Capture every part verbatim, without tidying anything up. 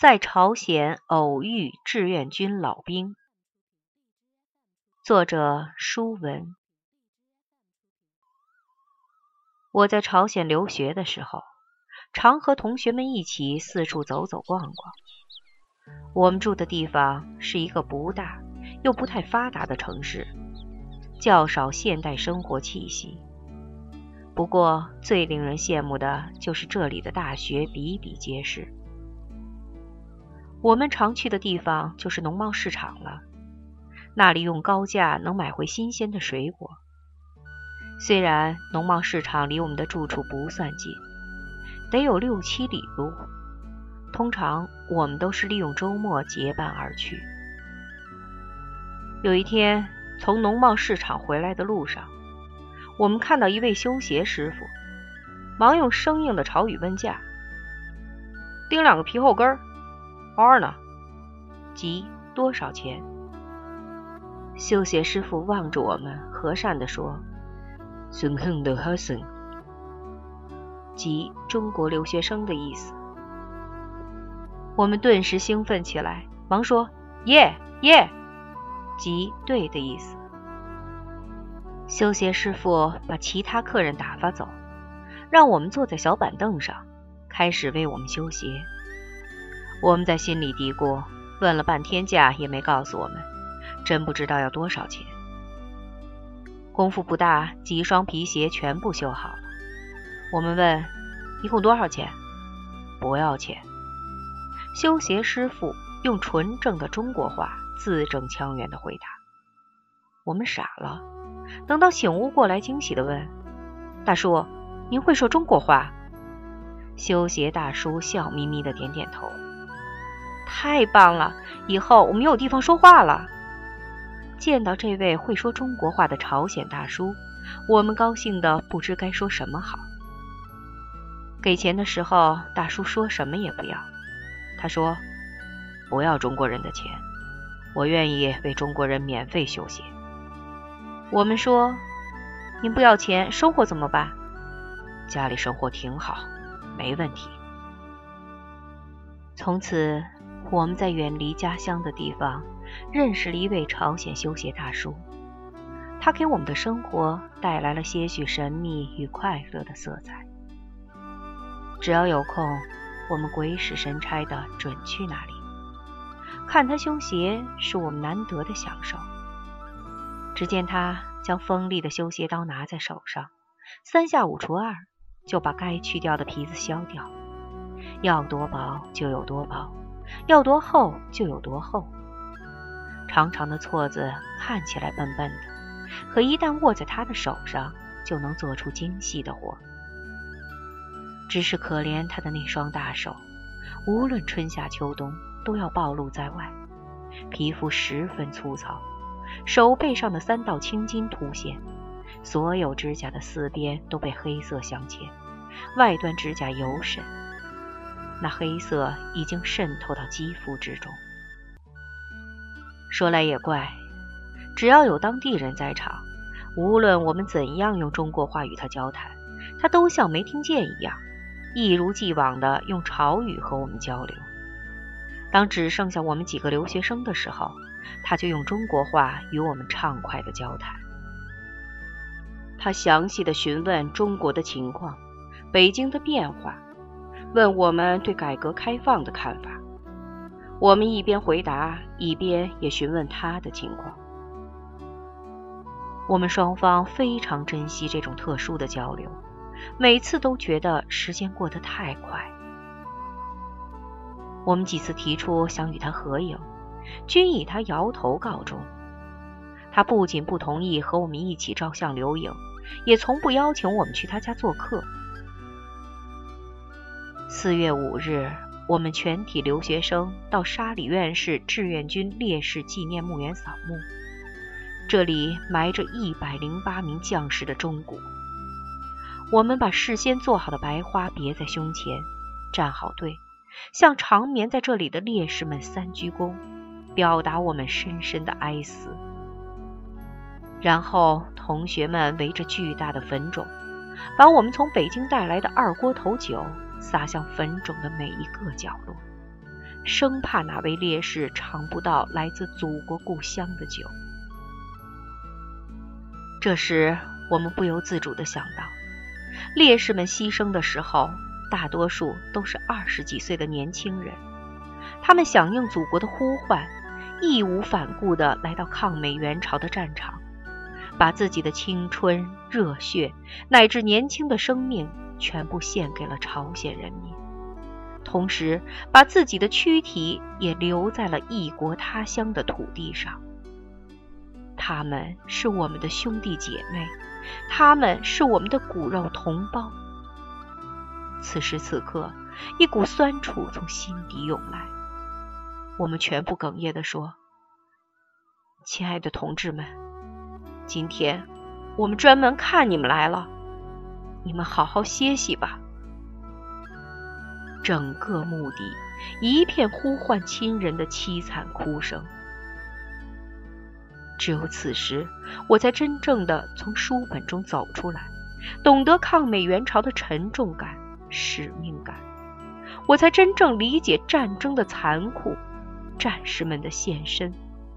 在朝鲜偶遇志愿军老兵。作者舒文。我在朝鲜留学的时候，常和同学们一起四处走走逛逛。我们住的地方是一个不大又不太发达的城市，较少现代生活气息。不过最令人羡慕的就是这里的大学比比皆是。我们常去的地方就是农贸市场了，那里用高价能买回新鲜的水果。虽然农贸市场离我们的住处不算近，得有六七里路，通常我们都是利用周末结伴而去。有一天从农贸市场回来的路上，我们看到一位修鞋师傅，忙用生硬的潮语问价：钉两个皮后跟儿，花呢？即多少钱？修鞋师傅望着我们，和善地说：孙亨的哈森，即中国留学生的意思。我们顿时兴奋起来，忙说：耶耶，即对的意思。修鞋师傅把其他客人打发走，让我们坐在小板凳上，开始为我们修鞋。我们在心里嘀咕，问了半天价也没告诉我们，真不知道要多少钱。功夫不大，几双皮鞋全部修好了。我们问一共多少钱？不要钱。修鞋师傅用纯正的中国话字正腔圆地回答。我们傻了，等到醒悟过来，惊喜地问：大叔，您会说中国话？修鞋大叔笑眯眯地点点头。太棒了，以后我们有地方说话了。见到这位会说中国话的朝鲜大叔，我们高兴得不知该说什么好。给钱的时候，大叔说什么也不要。他说：不要中国人的钱，我愿意为中国人免费修鞋。我们说：您不要钱，生活怎么办？家里生活挺好，没问题。从此我们在远离家乡的地方认识了一位朝鲜修鞋大叔，他给我们的生活带来了些许神秘与快乐的色彩。只要有空，我们鬼使神差的准去那里，看他修鞋是我们难得的享受。只见他将锋利的修鞋刀拿在手上，三下五除二就把该去掉的皮子削掉，要多薄就有多薄，要多厚就有多厚。长长的锉子看起来笨笨的，可一旦握在他的手上，就能做出精细的活。只是可怜他的那双大手，无论春夏秋冬都要暴露在外，皮肤十分粗糙，手背上的三道青筋凸现，所有指甲的四边都被黑色镶嵌，外端指甲尤甚，那黑色已经渗透到肌肤之中。说来也怪，只要有当地人在场，无论我们怎样用中国话与他交谈，他都像没听见一样，一如既往地用朝语和我们交流。当只剩下我们几个留学生的时候，他就用中国话与我们畅快地交谈。他详细地询问中国的情况，北京的变化，问我们对改革开放的看法。我们一边回答，一边也询问他的情况。我们双方非常珍惜这种特殊的交流，每次都觉得时间过得太快。我们几次提出想与他合影，均以他摇头告终。他不仅不同意和我们一起照相留影，也从不邀请我们去他家做客。四月五日，我们全体留学生到沙里院市志愿军烈士纪念墓园扫墓，这里埋着一百零八名将士的忠骨。我们把事先做好的白花别在胸前，站好队，向长眠在这里的烈士们三鞠躬，表达我们深深的哀思。然后同学们围着巨大的坟冢，把我们从北京带来的二锅头酒洒向坟冢的每一个角落， 生怕哪位烈士尝不到来自祖国故乡的酒。这时我们不由自主地想到，烈士们牺牲的时候，大多数都是二十几岁的年轻人，他们响应祖国的呼唤，义无反顾地来到抗美援朝的战场，把自己的青春、热血乃至年轻的生命全部献给了朝鲜人民，同时把自己的躯体也留在了异国他乡的土地上。他们是我们的兄弟姐妹，他们是我们的骨肉同胞。此时此刻，一股酸楚从心底涌来，我们全部哽咽地说：亲爱的同志们，今天我们专门看你们来了，你们好好歇息吧。整个墓地一片呼唤亲人的凄惨哭声。只有此时，我才真正的从书本中走出来，懂得抗美援朝的沉重感、使命感，我才真正理解战争的残酷，战士们的献身。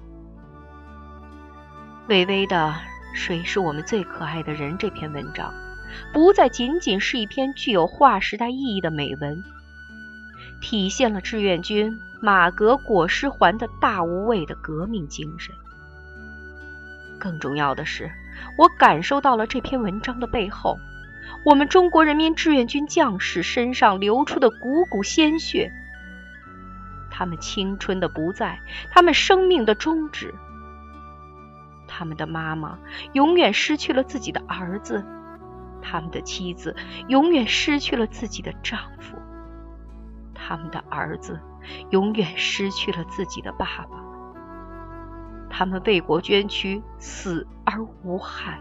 微微的《谁是我们最可爱的人》这篇文章，不再仅仅是一篇具有划时代意义的美文，体现了志愿军马革裹尸还的大无畏的革命精神。更重要的是，我感受到了这篇文章的背后，我们中国人民志愿军将士身上流出的股股鲜血，他们青春的不在，他们生命的终止。他们的妈妈永远失去了自己的儿子，他们的妻子永远失去了自己的丈夫，他们的儿子永远失去了自己的爸爸。他们为国捐躯，死而无憾。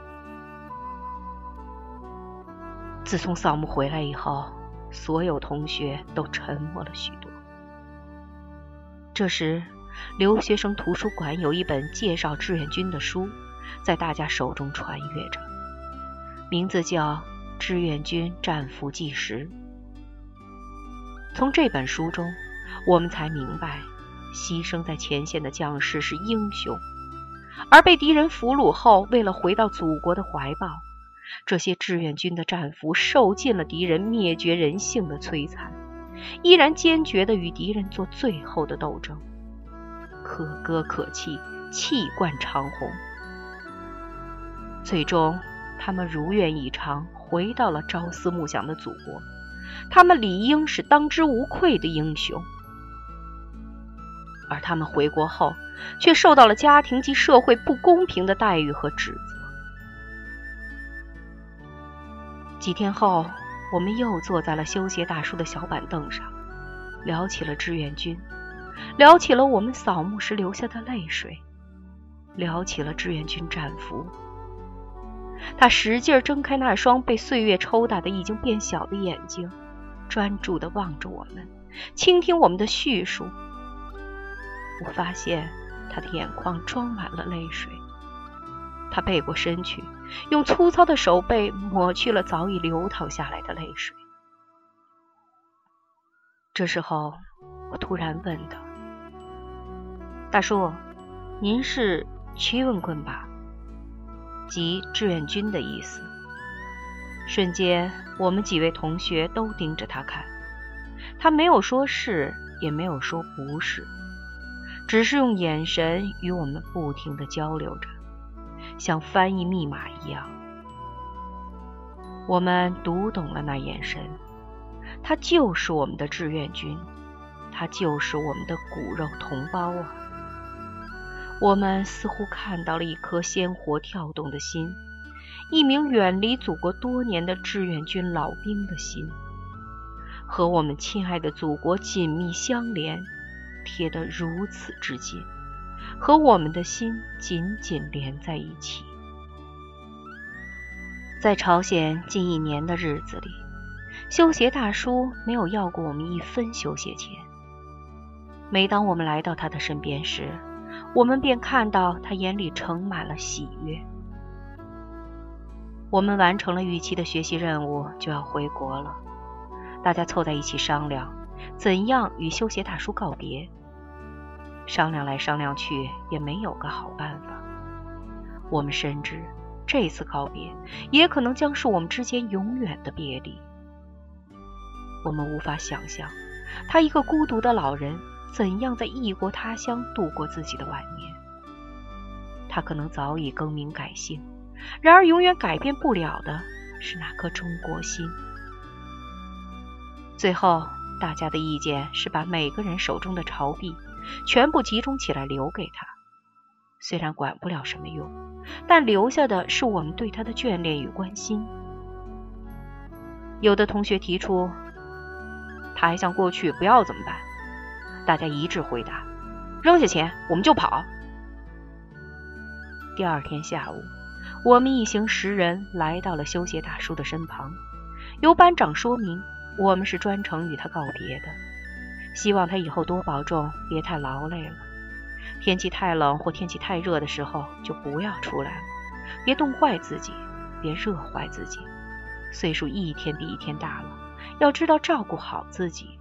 自从扫墓回来以后，所有同学都沉默了许多。这时，留学生图书馆有一本介绍志愿军的书，在大家手中传阅着，名字叫《志愿军战俘纪实》。从这本书中，我们才明白，牺牲在前线的将士是英雄，而被敌人俘虏后，为了回到祖国的怀抱，这些志愿军的战俘受尽了敌人灭绝人性的摧残，依然坚决地与敌人做最后的斗争，可歌可泣，气贯长虹。最终，他们如愿以偿回到了朝思暮想的祖国，他们理应是当之无愧的英雄。而他们回国后，却受到了家庭及社会不公平的待遇和指责。几天后，我们又坐在了修鞋大叔的小板凳上，聊起了志愿军，聊起了我们扫墓时流下的泪水，聊起了志愿军战俘。他使劲睁开那双被岁月抽打的已经变小的眼睛，专注地望着我们，倾听我们的叙述。我发现他的眼眶装满了泪水，他背过身去，用粗糙的手背抹去了早已流淌下来的泪水。这时候，我突然问他：大叔，您是屈文棍吧？即志愿军的意思。瞬间，我们几位同学都盯着他看，他没有说是，也没有说不是，只是用眼神与我们不停地交流着，像翻译密码一样。我们读懂了那眼神，他就是我们的志愿军，他就是我们的骨肉同胞啊！我们似乎看到了一颗鲜活跳动的心，一名远离祖国多年的志愿军老兵的心，和我们亲爱的祖国紧密相连，贴得如此之近，和我们的心紧紧连在一起。在朝鲜近一年的日子里，修鞋大叔没有要过我们一分修鞋钱。每当我们来到他的身边时，我们便看到他眼里盛满了喜悦。我们完成了预期的学习任务，就要回国了。大家凑在一起商量， 怎样与修鞋大叔告别。商量来商量去，也没有个好办法。我们深知，这次告别也可能将是我们之间永远的别离。我们无法想象，他一个孤独的老人，怎样在异国他乡度过自己的晚年。他可能早已更名改姓，然而永远改变不了的是那颗中国心。最后，大家的意见是把每个人手中的朝币全部集中起来留给他。虽然管不了什么用，但留下的是我们对他的眷恋与关心。有的同学提出，他还想过去，不要怎么办？大家一致回答，扔下钱我们就跑。第二天下午，我们一行十人来到了修鞋大叔的身旁，由班长说明我们是专程与他告别的，希望他以后多保重，别太劳累了。天气太冷或天气太热的时候就不要出来了，别冻坏自己，别热坏自己。岁数一天比一天大了，要知道照顾好自己。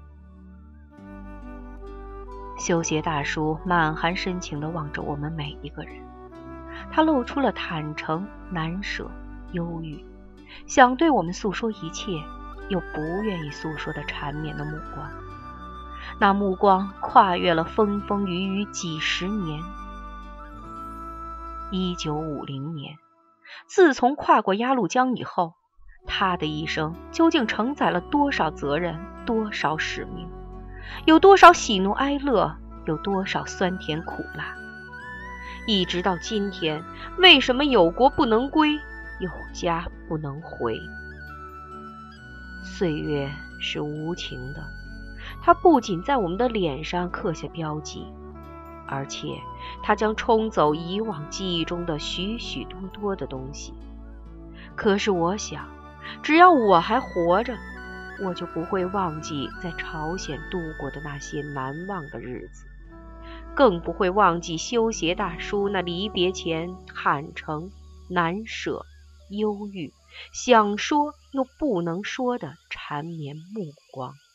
修鞋大叔满含深情地望着我们每一个人，他露出了坦诚、难舍、忧郁，想对我们诉说一切，又不愿意诉说的缠绵的目光。那目光跨越了风风雨雨几十年。一九五零年，自从跨过鸭绿江以后，他的一生究竟承载了多少责任，多少使命，有多少喜怒哀乐，有多少酸甜苦辣。一直到今天，为什么有国不能归，有家不能回？岁月是无情的，它不仅在我们的脸上刻下标记，而且它将冲走以往记忆中的许许多多的东西。可是我想，只要我还活着，我就不会忘记在朝鲜度过的那些难忘的日子，更不会忘记修鞋大叔那离别前坦诚、难舍、忧郁，想说又不能说的缠绵目光。